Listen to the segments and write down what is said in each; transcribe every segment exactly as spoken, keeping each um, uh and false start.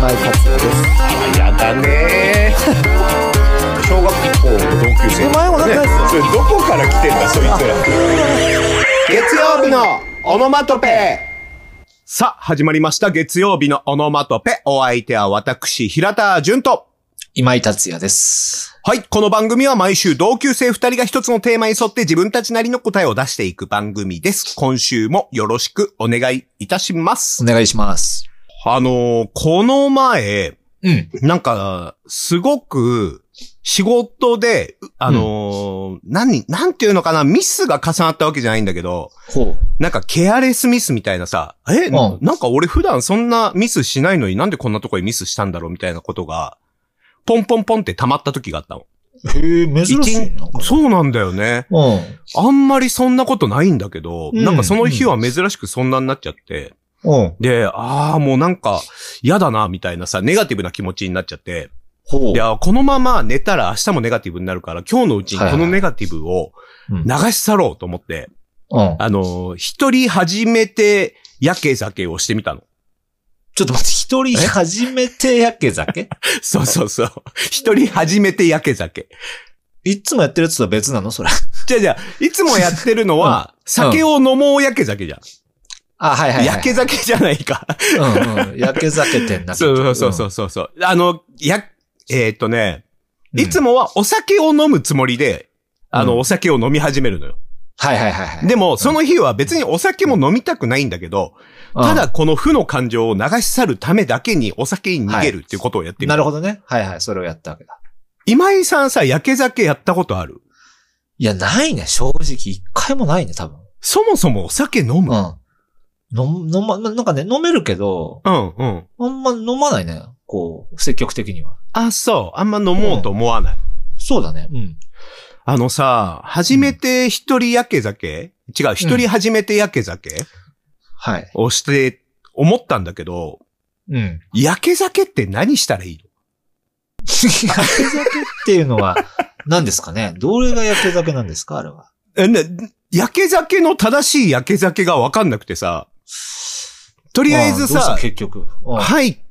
今井達也です。 あ、やだねー。小学校の同級生。 お前も仲良いですよ。 それどこから来てんだ、そいつら。月曜日のオノマトペ。さあ、始まりました。月曜日のオノマトペ。お相手は私、平田純と。 今井達也です。 はい。この番組は毎週同級生二人が一つのテーマに沿って自分たちなりの答えを出していく番組です。今週もよろしくお願いいたします。 お願いします。 あのー、この前、 うん。 なんか、すごく、仕事で、あのー、うん、何、なんていうのかな、ミスが重なったわけじゃないんだけど、 ほう。 なんかケアレスミスみたいなさ、え、うん、なんか俺普段そんなミスしないのになんでこんなとこでミスしたんだろうみたいなことが、ポンポンポンって溜まった時があったの。 へえ、珍しいな。 そうなんだよね。 うん。 あんまりそんなことないんだけど、うん、なんかその日は珍しくそんなになっちゃって、 うん、 で、ああ、もうなんか嫌だなみたいなさ、ネガティブな気持ちになっちゃって、 ほう。 いや、このまま寝たら明日もネガティブになるから、今日のうちにこのネガティブを流し去ろうと思って、 うん、 あの、一人初めてやけ酒をしてみたの。 ちょっと待って、一人初めてやけ酒そうそうそう。一人初めてやけ酒。 いつもやってるやつとは別なのそれ。 じゃあじゃあ、いつもやってるのは、うん、酒を飲もうやけ酒じゃん。 あ、はいはいはい。 やけ酒じゃないか。 うんうん。やけ酒店な。 そうそうそうそうそう。あの、や、えー、っとね、うん、いつもはお酒を飲むつもりで、あの、うん、お酒を飲み始めるのよ。 はいはいはいはい。 でも、その日は別にお酒も飲みたくないんだけど、うん、ただこの負の感情を流し去るためだけにお酒に逃げるっていうことをやってみる、 はい。なるほどね。はいはい。それをやったわけだ。 今井さんさ、やけ酒やったことある？ いや、ないね。正直、一回もないね、多分。 そもそもお酒飲む？ うん。飲、飲ま、なんかね、飲めるけど、 うんうん。 あんま飲まないね。こう、積極的には。 あ、そう。あんま飲もうと思わない。うん、 そうだね。うん。 あのさ、初めて一人やけ酒、うん、違う、一人初めてやけ酒、うん、 はい。 をして、思ったんだけど、 うん。 やけ酒って何したらいいの？ やけ酒っていうのは、何ですかね？どれがやけ酒なんですかあれは。 え、ね、やけ酒の正しいやけ酒がわかんなくてさ、とりあえずさ、 結局。 入って、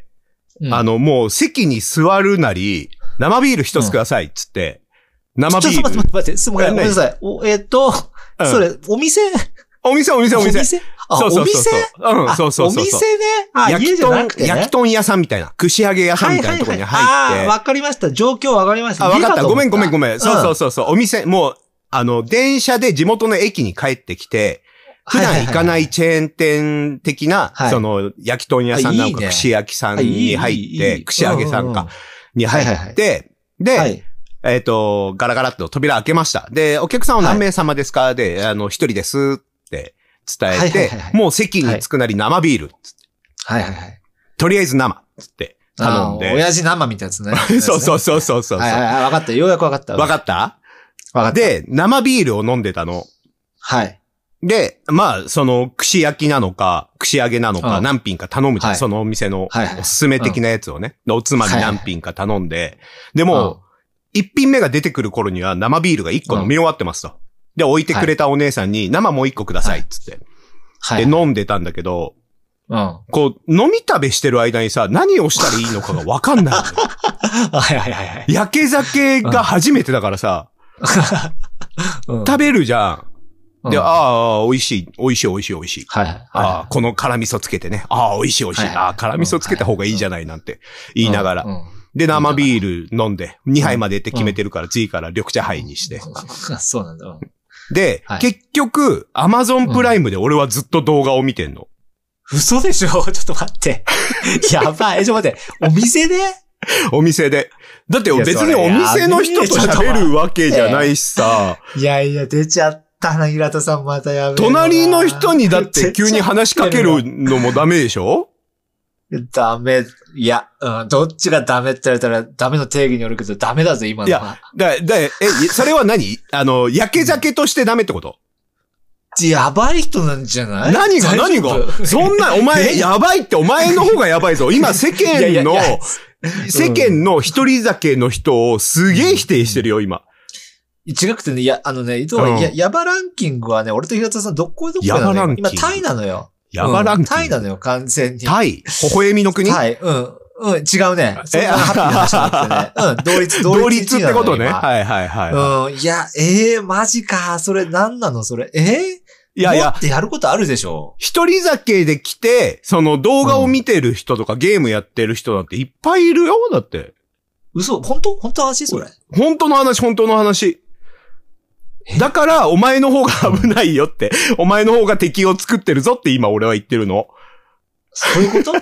うん、あの、もう席に座るなり、生ビール一つください、つって、うん、生ビール。 ちょっと待って待って、すみません、ごめんなさい。お、えっと、うん、それ、お店お店お店お店。 お店あ、 そうそうそうお店うん、そうそうそう。 お店ね。あ、 焼き豚、ね、焼き豚屋さんみたいな、串揚げ屋さんみたいなところに入って。 はいはいはい、あ、わかりました。状況わかりました。 あ、わかった。ごめんごめんごめん。そうそうそうそう。お店、もう、あの、電車で地元の駅に帰ってきて、普段行かないチェーン店的な、はい、その、焼き豚屋さんなんか串焼きさんに入って、串揚げさんか、に入って、で、はい、えっと、ガラガラっと扉開けました。で、お客さんは何名様ですか、はい、で、あの、一人ですって伝えて、もう席に着くなり生ビールっつって。 はいはいはい。 とりあえず生っつって頼んで。 親父生みたいなやつね。 そうそうそうそうそう。 はいはいはい、わかった。ようやくわかった。 わかったわかった。 で、生ビールを飲んでたの。 はい。 で、まあ、その、串焼きなのか、串揚げなのか、何品か頼むじゃん。はい、そのお店のおすすめ的なやつをね。はいはい、おつまみ何品か頼んで。はいはい、でも、一品目が出てくる頃には生ビールが一個飲み終わってますと。で、置いてくれたお姉さんに生もう一個ください、つって。はい、で、飲んでたんだけど、 うん、 こう、飲み食べしてる間にさ、何をしたらいいのかがわかんない。 はいはいはいはい。 やけ酒が初めてだからさ、うん、食べるじゃん。で、うん、ああ、美味しい、美味しい、美味しい、美味しい。 はいはいはい、 ああ、この辛味噌つけてね。ああ、美味しい、美味しい。はいはい、ああ、辛味噌つけた方がいいじゃないなんて言いながら。うんうん、で、生ビール飲んで、にはいまでって決めてるから、次から緑茶杯にして。 そうなんだ。 で、はい、結局、アマゾンプライムで俺はずっと動画を見てんの。 嘘でしょちょっと待って。やばい。え、ちょっと待って。お店でお店で。だって別にお店の人と喋るわけじゃないしさ。 いやいや、出ちゃったな、平田さんまたやべえ。 隣の人にだって急に話しかけるのもダメでしょダメ。いや、うん、どっちがダメって言われたらダメの定義によるけどダメだぜ、今のは。 いや、だ、だ、え、それは何あの、やけ酒としてダメってこと？ やばい人なんじゃない？ 何が何がそんな、お前、やばいってお前の方がやばいぞ。今世間の、いやいやいや世間の一人酒の人をすげえ否定してるよ、今。 違くてね、いや、あのね、伊藤は、うん、や、ヤバランキングはね、俺と平田さんどこどこなのよ。今タイなのよ。 ヤバランキング。 タイなのよ、完全に。 タイ？微笑みの国？ タイ、うん。うん、違うね。そんなハッピーな話じゃなくてね。うん、同率、同率。 同率ってことね。はいはいはい。 うん、いや、ええー、マジか。それ何なのそれ。えー、いやいや。もってやることあるでしょ。 一人酒で来て、その動画を見てる人とか、うん、ゲームやってる人なんていっぱいいるよ、だって。 嘘？本当？本当の話それ。 本当の話、本当の話。だから、お前の方が危ないよって。お前の方が敵を作ってるぞって今俺は言ってるの。 そういうこと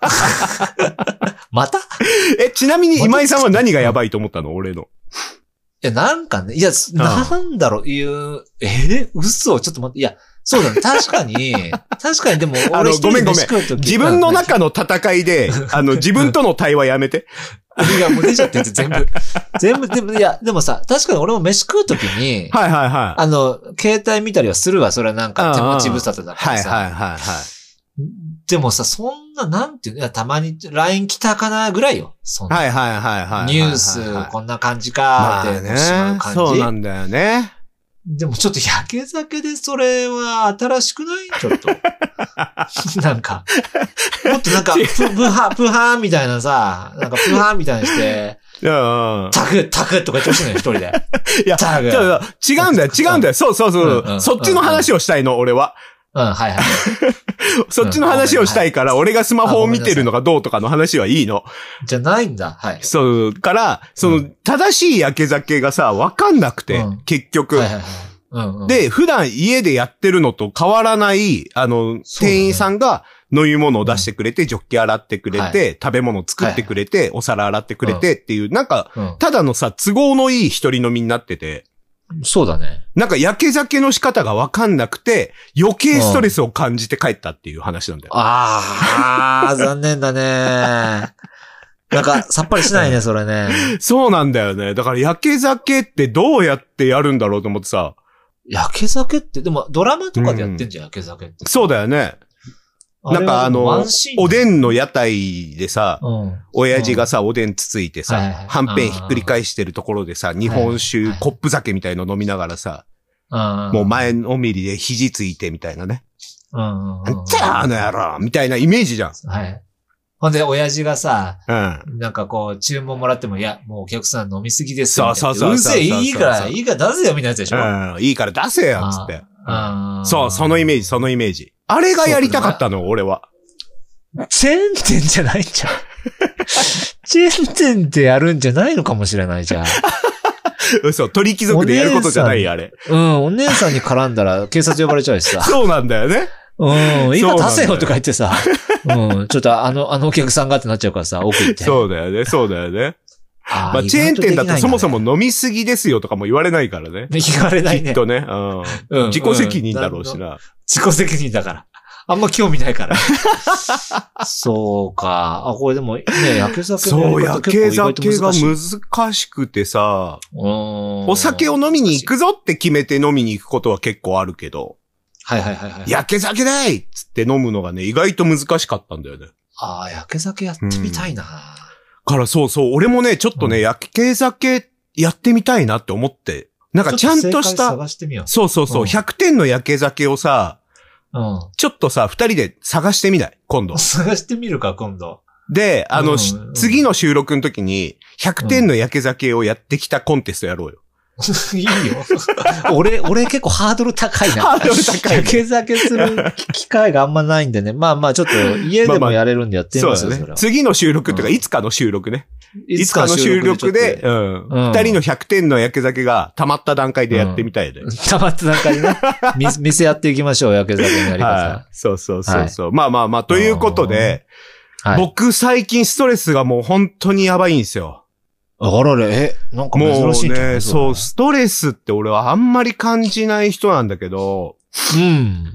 またえ、ちなみに今井さんは何がやばいと思ったの俺の。 いや、なんかね、いや、なんだろう、いう、えー、嘘ちょっと待って、いや、そうだね、確かに、確かにでも、俺一人で飯食うとき自分の中の戦いで、あの、自分との対話やめて。 いや、もう出ちゃってる全部。全部、でも、いや、でもさ、確かに俺も飯食うときに、 はいはいはい。 あの、携帯見たりはするわ、それはなんか手持ち無沙汰だからさ。 はいはいはいはい。 でもさ、そんな、なんていうの、いや、たまに ライン 来たかなぐらいよ。そんな。 はいはいはいはい。 ニュース、こんな感じかーって、しまう感じ。 そうなんだよね。 でもちょっと焼け酒でそれは新しくないちょっと。なんか、もっとなんか、プハ、プハーみたいなさ、なんかプハーみたいにして、タク、タクとか言ってほしいのよ、一人で。 いや、タグ。違うんだよ、違うんだよ。そうそうそう。うん、そっちの話をしたいの、俺は。 うん、はいはい。 そっちの話をしたいから、俺がスマホを見てるのがどうとかの話はいいの。 じゃないんだ。はい。 そう、から、その、正しい焼け酒がさ、わかんなくて、結局。で、普段家でやってるのと変わらない、あの、店員さんが飲み物を出してくれて、ジョッキ洗ってくれて、食べ物作ってくれて、お皿洗ってくれてっていう、なんか、ただのさ、都合のいい一人飲みになってて、 そうだね。 なんか焼け酒の仕方がわかんなくて、余計ストレスを感じて帰ったっていう話なんだよ。 うん、ああ、残念だね。なんか、さっぱりしないね、それね。 そうなんだよね。だから焼け酒ってどうやってやるんだろうと思ってさ。 焼け酒って、でもドラマとかでやってんじゃん、うん、焼け酒って。 そうだよね。なんかあの、おでんの屋台でさ、うん、親父がさ、おでんつついてさ、はいはい、はんぺんひっくり返してるところでさ、日本酒、はいはい、コップ酒みたいの飲みながらさ、もう前のめりで肘ついてみたいなね。なんじゃあの野郎みたいなイメージじゃん。 はい。ほんで、親父がさ、うん、なんかこう、注文もらっても、いや、もうお客さん飲みすぎですよ。そうそうそう。うるせえ、いいから、いいから出せよ、みたいなやつでしょ。 うん、いいから出せよ、つって。そう、そのイメージ、そのイメージ。あれがやりたかったの、俺は。 チェーン店じゃないじゃん。チェーン店ってやるんじゃないのかもしれないじゃん。 嘘、鳥貴族でやることじゃないあれ。 うん、お姉さんに絡んだら警察呼ばれちゃうしさ。 そうなんだよね。 うん、いいから出せよとか言ってさ。うん、ちょっとあの、あのお客さんがってなっちゃうからさ、奥行って。 そうだよね、そうだよね。あまあ、チェーン店だとそもそも飲みすぎですよとかも言われないからね。 言われないね。 きっとね。うん。自己責任だろうしな。 自己責任だから。あんま興味ないから。そうか。あ、これでもね、焼け酒のそう、焼け酒が難しくてさ、お酒を飲みに行くぞって決めて飲みに行くことは結構あるけど、 はいはいはいはい。 焼け酒だいっつって飲むのがね、意外と難しかったんだよね。 ああ、焼け酒やってみたいな。うん、 からそうそう、俺もね、ちょっとね、うん、焼け酒やってみたいなって思って、なんかちゃんとした、そうそうそう、うん、ひゃくてんの焼け酒をさ、うん、ちょっとさ、二人で探してみない今度。 探してみるか、今度。 で、あの、うんうん、次の収録の時に、ひゃくてんの焼け酒をやってきたコンテストやろうよ。 いいよ。俺、俺結構ハードル高いな。 ハードル高い、ね。 焼け酒する機会があんまないんでね。まあまあちょっと家でもやれるんでやってみますよ、まあまあ、そうだね。 次の収録っていうか、うん、いつかの収録ね。いつかの収録で、うん。二、うん、人のひゃくてんの焼け酒が溜まった段階でやってみたいで。うん、 溜まった段階でね。店やっていきましょう、焼け酒のやり方。 はい、そうそうそうそう、はい。まあまあまあ、ということで、はい、僕最近ストレスがもう本当にやばいんですよ。 あられ、え、なんか珍しいんだね。もうね、そう、ストレスって俺はあんまり感じない人なんだけど、 うん。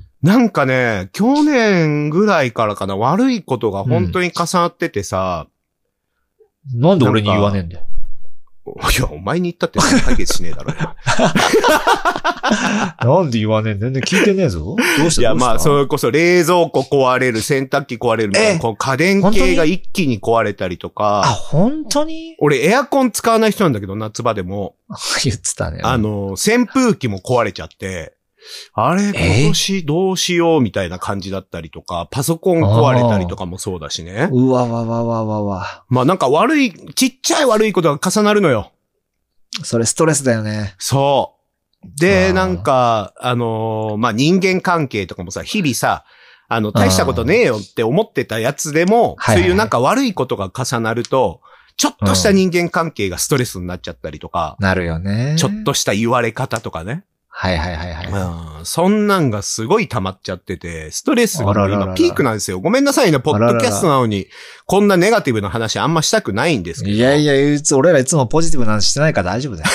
なんかね、去年ぐらいからかな、悪いことが本当に重なっててさ、 うん、なんで俺に言わねえんだよ。 いや、お前に言ったって解決しねえだろ。 なんで言わねえんだよ。全然聞いてねえぞ。どうした？ いや、まあ、それこそ冷蔵庫壊れる、洗濯機壊れるみたいな、こう家電系が一気に壊れたりとか。 あ、本当に？ 俺エアコン使わない人なんだけど、夏場でも。 言ってたね。 あの、扇風機も壊れちゃって。 あれ、今年どうしようみたいな感じだったりとか、パソコン壊れたりとかもそうだしね。 うわわわわわわ。 まあなんか悪い、ちっちゃい悪いことが重なるのよ。 それストレスだよね。 そう。で、なんか、あのー、まあ人間関係とかもさ、日々さ、あの、大したことねえよって思ってたやつでも、そういうなんか悪いことが重なると、ちょっとした人間関係がストレスになっちゃったりとか。 なるよね。 ちょっとした言われ方とかね。 はいはいはいはい。 うん、そんなんがすごい溜まっちゃってて、ストレスが今ピークなんですよ。ごめんなさいね、ポッドキャストなのに、こんなネガティブな話あんましたくないんですけど。 いやいや、俺らいつもポジティブな話してないから大丈夫だよ。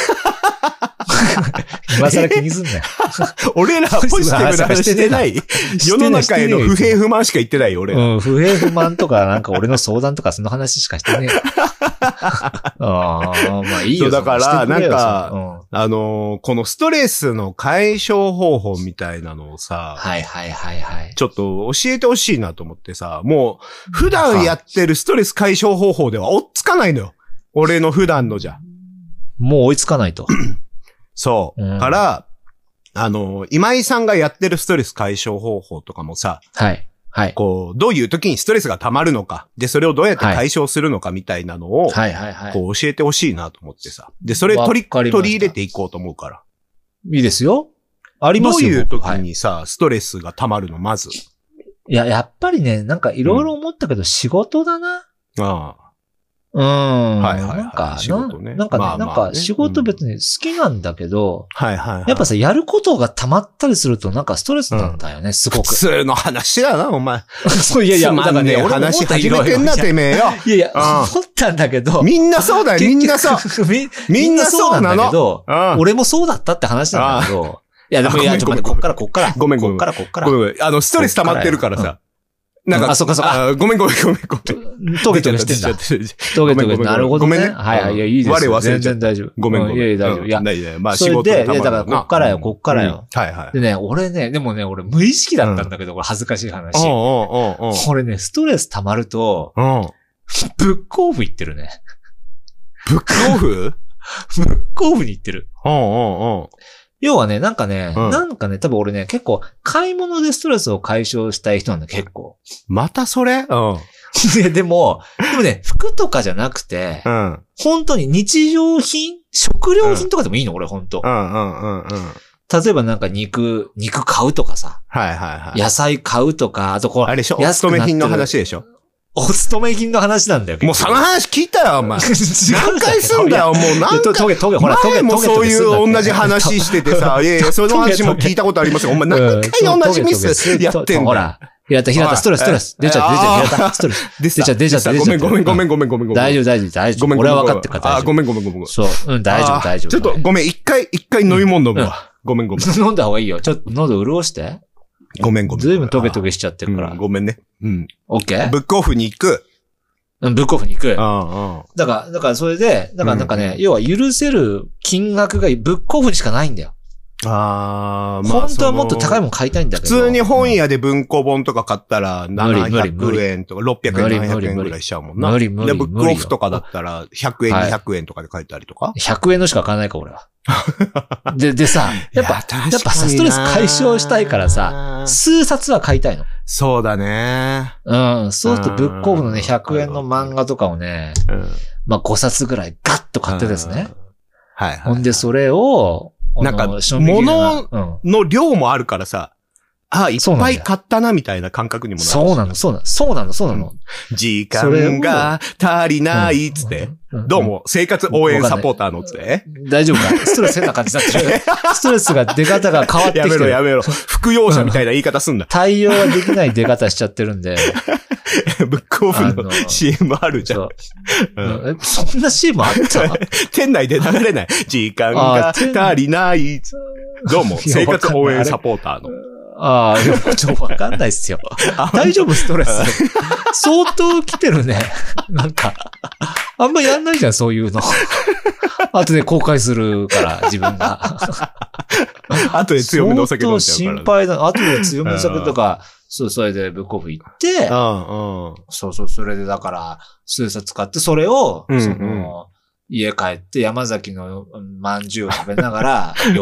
今更気にすんなよ。 俺らポジティブな話してない世の中への不平不満しか言ってないよ、俺ら。 うん、不平不満とか、なんか俺の相談とかその話しかしてねえ。ああ、まあいいよ。 だから、なんか、うん、あのー、このストレスの解消方法みたいなのをさ、 はいはいはいはい。 ちょっと教えてほしいなと思ってさ、もう、普段やってるストレス解消方法では追っつかないのよ。俺の普段のじゃ。 もう追いつかないと。 そう。うん、から、あのー、今井さんがやってるストレス解消方法とかもさ、 はい。はい。 こう、どういう時にストレスが溜まるのか。で、それをどうやって解消するのかみたいなのを、 はいはいはい。 こう教えてほしいなと思ってさ。で、それ取り、取り入れていこうと思うから。 いいですよ。ありますよ。 どういう時にさ、はい、ストレスが溜まるの、まず。 いや、やっぱりね、なんかいろいろ思ったけど、仕事だな。 うん、ああ。 うん。 はいはいはい。 なんか、 仕事ね。 なんかね、まあまあね、なんか仕事別に好きなんだけど、 うん、はいはいはい。 やっぱさ、やることが溜まったりするとなんかストレスなんだよね、うん、すごく。 普通の話だな、お前。 そう、いやいや、だからね、俺話始めてんな、てめえよ。 いやいや、思ったんだけど。 みんなそうだよ、みんなそう。み, みんなそうなんだけど、 俺もそうだったって話なんだけど。いや、でもいや、ちょっと待って、こっからこっから。 ごめんごめん。 こっからこっから。 ごめんごめん。あの、ストレス溜まってるからさ。なんか、 あ、そっかそっか。 ごめんごめんごめんごめん。 トゲトゲしてんだ。トゲトゲ。なるほどね。ごめんね。はいはい。いや、いいですよ。全然大丈夫。 ごめんごめん。 いやいや、大丈夫。いや、 いやいや、まあ仕事で、だからこっからよ、こっからよ。 はいはい。 でね、俺ね、でもね、俺無意識だったんだけど、これ恥ずかしい話。俺ね、ストレス溜まると、ブックオフ行ってるね。 ブックオフブックオフに行ってる。 うんうんうん。 要はね、なんかね、うん、なんかね、多分俺ね、結構、買い物でストレスを解消したい人なんだ、結構。 またそれうん。 で、でも、でもね、服とかじゃなくて、うん、本当に日常品食料品とかでもいいの、うん、俺、本当。 うんうんうんうん。 例えばなんか肉、肉買うとかさ。 はいはいはい。 野菜買うとか、あとこう、 あれでしょお勤め品の話でしょお勤め品の話なんだよ。 もうその話聞いたよ、お前。何回すんだよ、もう何回。 トゲトゲ、ほら、トゲ、 もうそういう同じ話しててさ、いやいや、その話も聞いたことありますよ。お前何回同じミスやってんだよ。 ほら、平田、平田、ストレス、ストレス。出ちゃった、出ちゃった、平田、ストレス。出ちゃった、出ちゃった、出ちゃった。 ごめん、ごめん、ごめん、ごめん、ごめん。 大丈夫、大丈夫、大丈夫。ごめん、俺は分かってるから大丈夫。 あ、ごめん、ごめん、ごめん。 そう、うん、大丈夫、大丈夫。 ちょっと、ごめん、一回、一回飲み物飲むわ。ごめん、ごめん。 飲んだ方がいいよ。ちょっと喉潤して。 ごめん、ごめん。 ずいぶんトゲトゲしちゃってるから。 ごめんね。うん。 オッケー？ ブックオフに行く。 うん、ブックオフに行く。 うんうん。 だから、だからそれで、だからなんかね、要は許せる金額がブックオフにしかないんだよ。 ああ、 まあ。本当はもっと高いもん買いたいんだけど。 普通に本屋で文庫本とか買ったらななひゃくえんとかろっぴゃくえん、ななひゃくえんぐらいしちゃうもんな。 無理無理。 で、ブックオフとかだったらひゃくえん、にひゃくえんとかで買えたりとか ? ひゃく 円のしか買わないか、俺は。で、でさ、やっぱ、やっぱさ、ストレス解消したいからさ、数冊は買いたいの。 そうだね。 うん。そうするとブックオフのね、ひゃくえんの漫画とかをね、うん、まあごさつぐらいガッと買ってですね。 はいはい。 ほんで、それを、 なんか、物の量もあるからさ、あ、いっぱい買ったなみたいな感覚にもなる。 そうなの、そうなの、そうなの、そうなの。 時間が足りないっつって。どうも、生活応援サポーターのっつって。 大丈夫かストレス変な感じになってる。ストレスが出方が変わってきてる。 やめろやめろ。服用者みたいな言い方すんだ。 対応はできない出方しちゃってるんで。 ブックオフの シーエム あるじゃん。 そんな シーエム あった店内で流れない。時間が足りない。どうも、生活応援サポーターの。 ああ、でもちょっとわかんないっすよ。大丈夫ストレス。相当来てるね。なんか、あんまやんないじゃん、そういうの。後で後悔するから、自分が。 後で強めのお酒飲んじゃうから。 心配だ。後で強めのお酒とか、そう、それでブックオフ行って、そうそう、それでだから、数冊買って、それを、その、家帰って山崎の饅頭を食べながら読むっ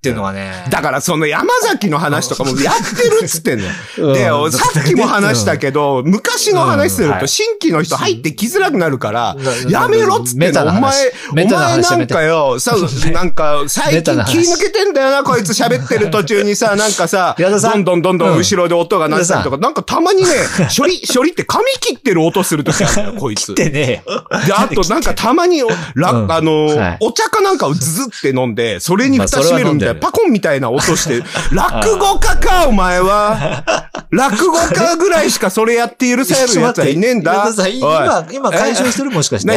っていうのはね。 だからその山崎の話とかもやってるっつってんのよ。で、さっきも話したけど、昔の話すると新規の人入ってきづらくなるから、やめろっつってんの。お前、お前なんかよ、さ、なんか最近気抜けてんだよな、こいつ喋ってる途中にさ、なんかさ、どんどんどんどん後ろで音が鳴ったりとか、なんかたまにね、処理、処理って髪切ってる音するときあるんだよ、こいつ。 切ってねえよ。 で、あとなんかたまに、あの、お茶かなんかをズズって飲んで、それに蓋閉めるみたいな、パコンみたいな音してる。落語家か、お前は。落語家ぐらいしかそれやって許されるやつはいねえんだ。 今、今解消してるもしかして。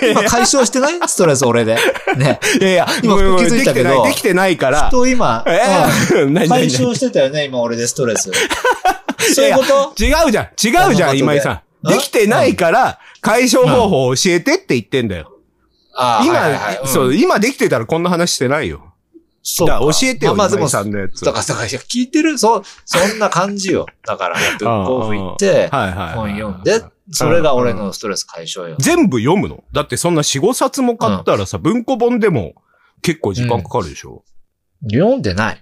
今解消してないストレス俺で。ね。 いやいや、 今気づいたけど。 できてないから。 と今、解消してたよね、今俺でストレス。そういうこと？ 違うじゃん。違うじゃん、今井さん。できてないから、解消方法を教えてって言ってんだよ。今、そう、今できてたらこんな話してないよ。そうか。教えてよ、今井さんのやつ。 だから、だから聞いてるそう、そんな感じよ。だから、ブックオフ行って、本読んで、それが俺のストレス解消よ。 全部読むの？だってそんなよん、ごさつも買ったらさ、文庫本でも結構時間かかるでしょ？ 読んでない。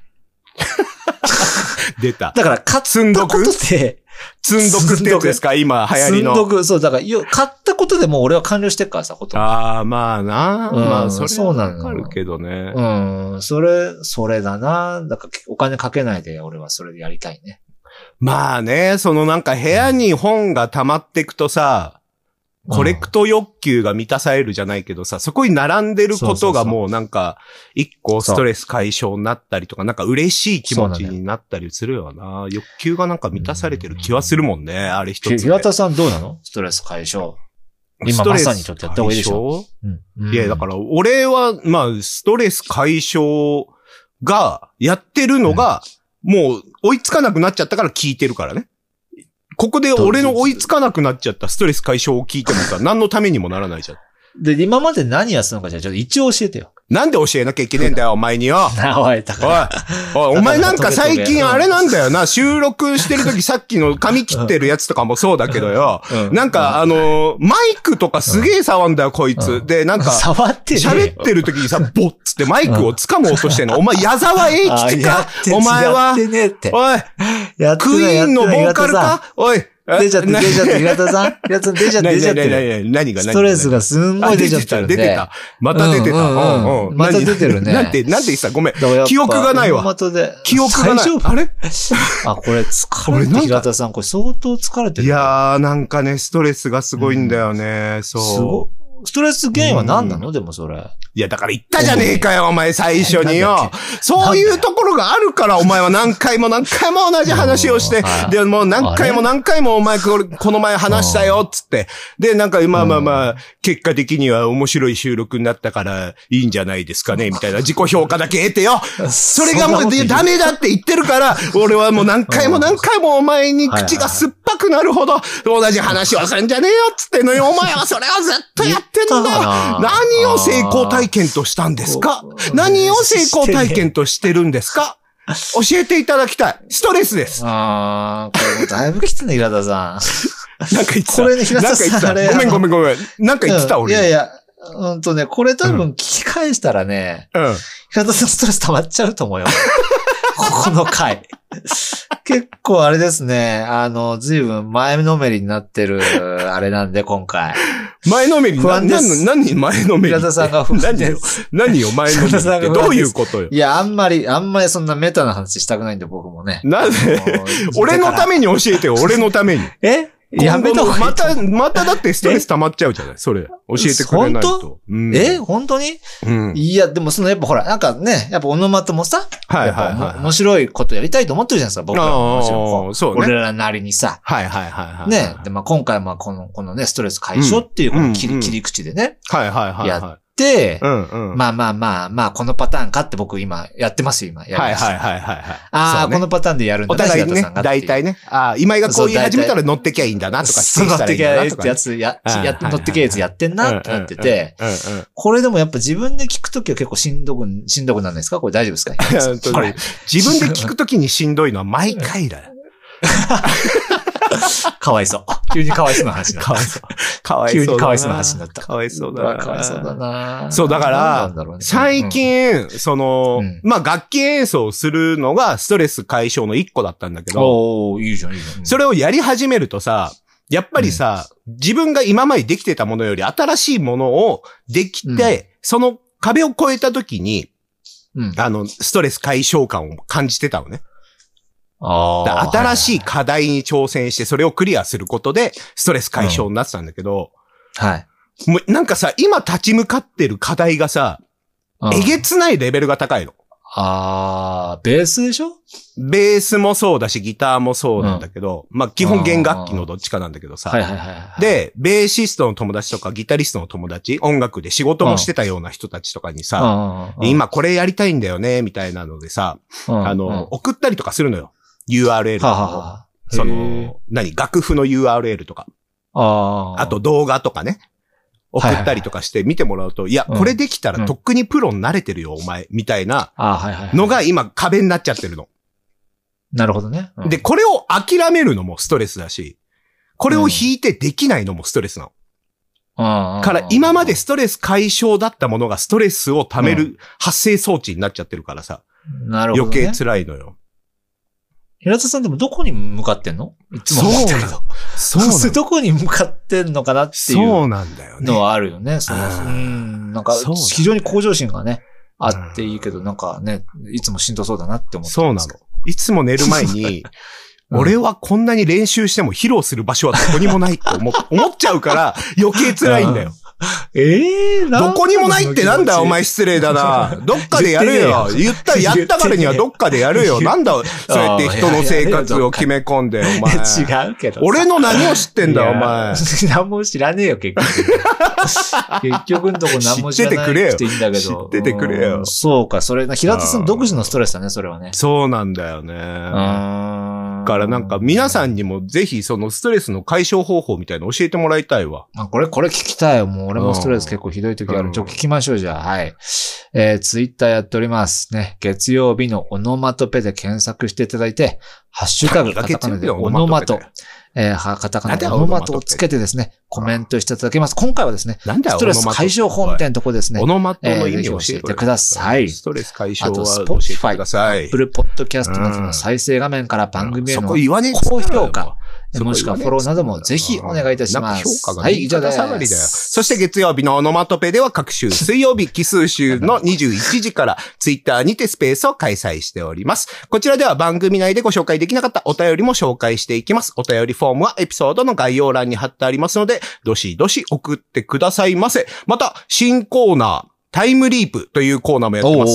出た。 だから、買ったことで、 積んどくってやつですか今流行りの。 積んどく、そう、だから、買ったことでもう俺は完了してっからさ、こと。 ああ、まあな。うん、まあ、それはわかるけどね。 うん、それ、それだな。だから、お金かけないで俺はそれでやりたいね。 まあね、そのなんか部屋に本が溜まっていくとさ、コレクト欲求が満たされるじゃないけどさ、そこに並んでることがもうなんか、一個ストレス解消になったりとか、なんか嬉しい気持ちになったりするよな。欲求がなんか満たされてる気はするもんね、あれ一つ。 岩田さんどうなの？ストレス解消。今まさにちょっとやった方がいいでしょ？ うん、いや、だから俺は、まあ、ストレス解消がやってるのが、もう追いつかなくなっちゃったから聞いてるからね。ここで俺の追いつかなくなっちゃったストレス解消を聞いてもさ、何のためにもならないじゃん。 で、今まで何やってたのかじゃあちょっと一応教えてよ。 なんで教えなきゃいけねえんだよ、お前によ。 おい、だから。 おい、お前なんか最近あれなんだよな、収録してるときさっきの髪切ってるやつとかもそうだけどよ。なんかあの、マイクとかすげえ触んだよ、こいつ。で、なんか、 触って喋ってるときにさ、ボッつってマイクを掴もうとしてんの。お前、矢沢永吉かお前は。 やってねえって。 おい、クイーンのボーカルかおい。 出ちゃって、出ちゃって、平田さん平田さん出ちゃって、出ちゃって。 何が何ストレスがすんごい出ちゃってるんで。 出てた。また出てた。うんうん。 また出てるね。 なんて、なんて言ってたごめん。記憶がないわ。記憶がない。あれあ、これ疲れてる。平田さん、これ相当疲れてる。 いやー、なんかね、ストレスがすごいんだよね。そう。すごストレス原因は何なのでもそれ。 いや、だから言ったじゃねえかよ、お前最初によ。そういうところがあるから、お前は何回も何回も同じ話をして、で、もう何回も何回もお前これ、この前話したよ、つって。で、なんか、まあまあまあ、結果的には面白い収録になったから、いいんじゃないですかね、みたいな自己評価だけ得てよ。それがもうダメだって言ってるから、俺はもう何回も何回もお前に口が酸っぱくなるほど、同じ話をするんじゃねえよ、つってのよ。お前はそれをずっとやってんだよ。何を成功体験としたんですか？何を成功体験としてるんですか？教えていただきたい。ストレスです。 ああ、これもだいぶきついね、平田さん。なんか言ってた。 これね、平田さん。 ごめんごめんごめん。なんか言ってた、俺。 いやいや、うんとね、これ多分聞き返したらね、うん、平田さんストレス溜まっちゃうと思うよ。この回。結構あれですね。あの、随分前のめりになってる、あれなんで、今回。 前のめり不安です。何前のめり平田さんが不安です。 何よ、前のめりってどういうことよ。 いや、あんまり、あんまりそんなメタな話したくないんで、僕もね。 なんで俺のために教えてよ、俺のために。 えやめた方がいい。 また、まただってストレス溜まっちゃうじゃないそれ。教えてくれないと。 本当、うん、え本当に、うん、いや、でもそのやっぱほら、なんかね、やっぱオノマトもさ、 はいはいはい。 面白いことやりたいと思ってるじゃないですか、僕らも。もちろん。 そうね。 俺らなりにさ。 はいはいはいはい。 ね。で、まあ今回まあこの、このね、ストレス解消っていうこの切り、うん、切り口でね。 はいはいはい。 やって、 うんうん、 まあまあまあまあ、このパターンかって僕今やってますよ、今。やはいはいはいはい。 ああ、ね、このパターンでやるんだね。お互いね、大体ね。ああ、今井がこう言い始めたら乗ってきゃいいんだなとか、 そう乗ってきゃいいってやつ、や、や、乗ってきゃいいやつやってんなってなってて、これでもやっぱ自分で聞くときは結構しんどく、しんどくなんないですかこれ大丈夫ですかこれ。自分で聞くときにしんどいのは毎回だよ。 かわいそう。急にかわいそうな話になった。 かわいそう。かわいそう。 急にかわいそうな話になった。 かわいそうだな。 かわいそうだな。 そう、だから、ね、最近、うん、その、 うん、 まあ、楽器演奏するのがストレス解消の一個だったんだけど、 おー、いいじゃん、いいじゃん。 それをやり始めるとさ、やっぱりさ、うん、自分が今までできてたものより新しいものをできて、うん、その壁を越えた時に、うん、あの、ストレス解消感を感じてたのね。 あ新しい課題に挑戦して、それをクリアすることで、ストレス解消になってたんだけど、 うん、はい。 もうなんかさ、今立ち向かってる課題がさ、うん、えげつないレベルが高いの。 あー、ベースでしょ？ ベースもそうだし、ギターもそうなんだけど、うん、まあ基本弦楽器のどっちかなんだけどさ。 はいはいはい、はい。 で、ベーシストの友達とかギタリストの友達、音楽で仕事もしてたような人たちとかにさ、うん、今これやりたいんだよね、みたいなのでさ、うん、あの、うん、送ったりとかするのよ。ユーアールエル とか。はははその、何、楽譜の ユーアールエル とか。 ああと動画とかね。送ったりとかして見てもらうと、いや、これできたらとっくにプロになれてるよ、お前、みたいなのが今壁になっちゃってるの。 なるほどね。 うん、で、これを諦めるのもストレスだし、これを引いてできないのもストレスなの。うん、から今までストレス解消だったものがストレスを溜める発生装置になっちゃってるからさ。 なるほど、ね。 余計辛いのよ。 平田さんでもどこに向かってんの？いつも思ったけど。 そう。そう。 どこに向かってんのかなっていう。 そうなんだよね。 のはあるよね。そう。うん。なんか、非常に向上心がね、あっていいけど、なんかね、いつもしんどそうだなって思ってそうなの。いつも寝る前に、うん、俺はこんなに練習しても披露する場所はどこにもないって思思っちゃうから余計辛いんだよ。 ええー、 どこにもないってなんだお前失礼だな。どっかでやるよ。言った、やったからにはどっかでやるよ。なんだ、そうやって人の生活を決め込んで、お前。 違うけど。 俺の何を知ってんだ、お前。 何も知らねえよ、結局。結局のとこ何も知らないっていいんだけど。 知っててくれよ。 そうか、それ、平田さん独自のストレスだね、それはね。 そうなんだよね。だからなんか皆さんにもぜひそのストレスの解消方法みたいなの教えてもらいたいわ。 あ、これ、これ聞きたいよ。もう俺もストレス結構ひどい時ある。ちょ、聞きましょう、じゃあ。はい。えー、ツイッターやっております。ね。月曜日のオノマトペで検索していただいて、ハッシュタグ、カタカナでオノマト。えー、カタカナでオノマトをつけてですね、コメントしていただけます。今回はですね、ストレス解消法みたいなところですね。 オノマトの意味を教えてください。 ストレス解消は教えてください。 Apple Podcast などの再生画面から番組への高評価、もしくはフォローなどもぜひお願いいたします。 はい、以上です。そして月曜日のオノマトペでは各週水曜日奇数週のにじゅういちじからツイッターにてスペースを開催しております。こちらでは番組内でご紹介できなかったお便りも紹介していきます。お便りフォームはエピソードの概要欄に貼ってありますので、どしどし送ってくださいませ。また、新コーナー、タイムリープというコーナーもやってます。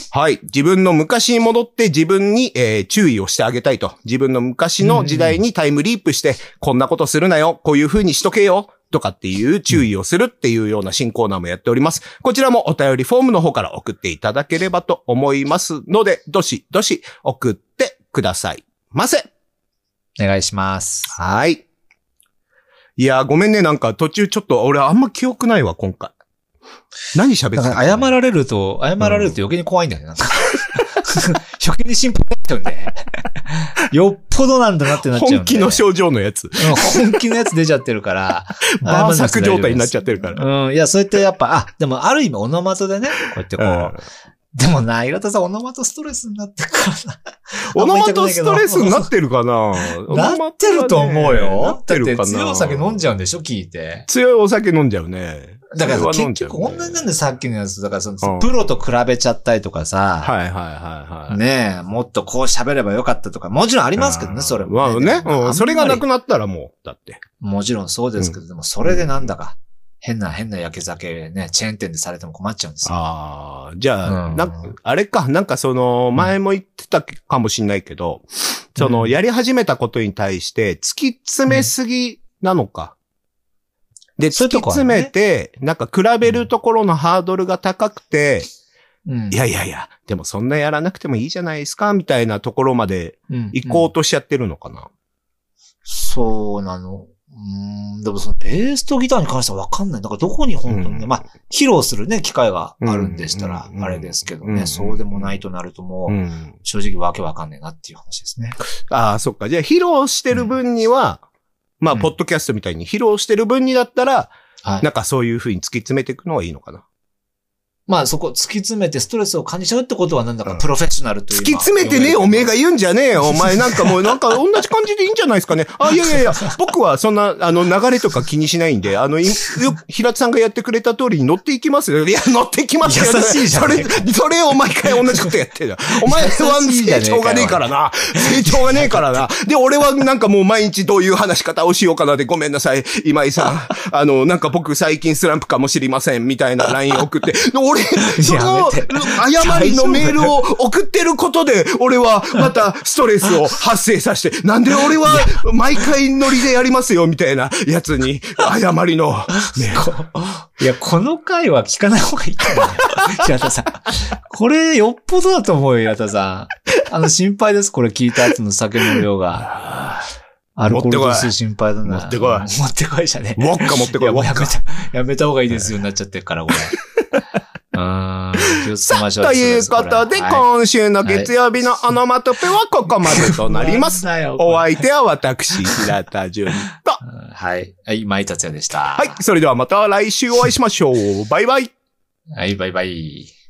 はい。自分の昔に戻って自分に、えー、注意をしてあげたいと。自分の昔の時代にタイムリープして、こんなことするなよ。こういう風にしとけよ。とかっていう注意をするっていうような新コーナーもやっております。こちらもお便りフォームの方から送っていただければと思いますので、どしどし送ってくださいませ。 お願いします。 はい。いや、ごめんね。なんか途中ちょっと俺あんま記憶ないわ、今回。何喋ってたの？ 謝られると、謝られると余計に怖いんだよね、なんか。余計に心配になっちゃうんで。よっぽどなんだなってなっちゃうんで。 本気の症状のやつ。 本気のやつ出ちゃってるから。 バーサク状態になっちゃってるから。 うん。いや、そうやってやっぱ、あ、でもある意味オノマトでね、こうやってこう。うんでもな、岩田さん、オノマトストレスになってるからな。 オノマトストレスになってるかななってると思うよ。なってるかな。だって強いお酒飲んじゃうんでしょ聞いて。 強いお酒飲んじゃうね。 だから結局同じなんでさっきのやつ。だからその、プロと比べちゃったりとかさ。 はいはいはいはい。 ねえ、もっとこう喋ればよかったとか。もちろんありますけどね、それも。 まあね。うん。それがなくなったらもう、だって。 もちろんそうですけど、でもそれでなんだか。変な、変な焼け酒ね、チェーン店でされても困っちゃうんですよ。 ああ、じゃあ、うん、なんか、あれか、なんかその、前も言ってたかもしんないけど、うん、その、やり始めたことに対して、突き詰めすぎなのか。うん、で、突き詰めて、ね、なんか比べるところのハードルが高くて、うん、いやいやいや、でもそんなやらなくてもいいじゃないですか、みたいなところまで行こうとしちゃってるのかな。うんうん、 そうなの。うん、でもそのベースとギターに関してはわかんない。だからどこに本当にね、うん、まあ、披露するね、機会があるんでしたら、あれですけどね、うん、そうでもないとなるともう、うん、正直わけわかんないなっていう話ですね。 ああ、そっか。じゃあ披露してる分には、 まあ、ポッドキャストみたいに披露してる分にだったら、 はい、 なんかそういう風に突き詰めていくのはいいのかな。 まあそこ突き詰めてストレスを感じちゃうってことはなんだかプロフェッショナルという、 うん、突き詰めてね、おめえが言うんじゃねえよ。お前なんかもうなんか同じ感じでいいんじゃないですかね。あ、いやいやいや、僕はそんな、あの流れとか気にしないんで、あの、平津さんがやってくれた通りに乗っていきますよ。いや、乗っていきますよ。 優しいじゃん。 それ、それを毎回同じことやってる。お前は成長がねえからな。成長がねえからな。で、俺はなんかもう毎日どういう話し方をしようかなで、ごめんなさい、今井さん。あの、なんか僕最近スランプかもしれません、みたいな ライン 送って。俺、その、誤りのメールを送ってることで、俺はまたストレスを発生させて、なんで俺は毎回ノリでやりますよ、みたいなやつに、誤りのメール。 いや、この回は聞かない方がいいと思う。平田さん。これ、よっぽどだと思うよ、平田さん。あの、心配です、これ聞いた後の酒の量が。アルコール度数心配だな。 持ってこい。 持ってこいじゃね。 ウォッカ持ってこい。 もうやめた、やめた方がいいですよ、になっちゃってるから、これ。うん。気をつけましょう。 ということで、今週の月曜日のオノマトペはここまでとなります。お相手は私、平田純と。 はい。はい、前達也でした。 はい。それではまた来週お会いしましょう。バイバイ。 はい、バイバイ。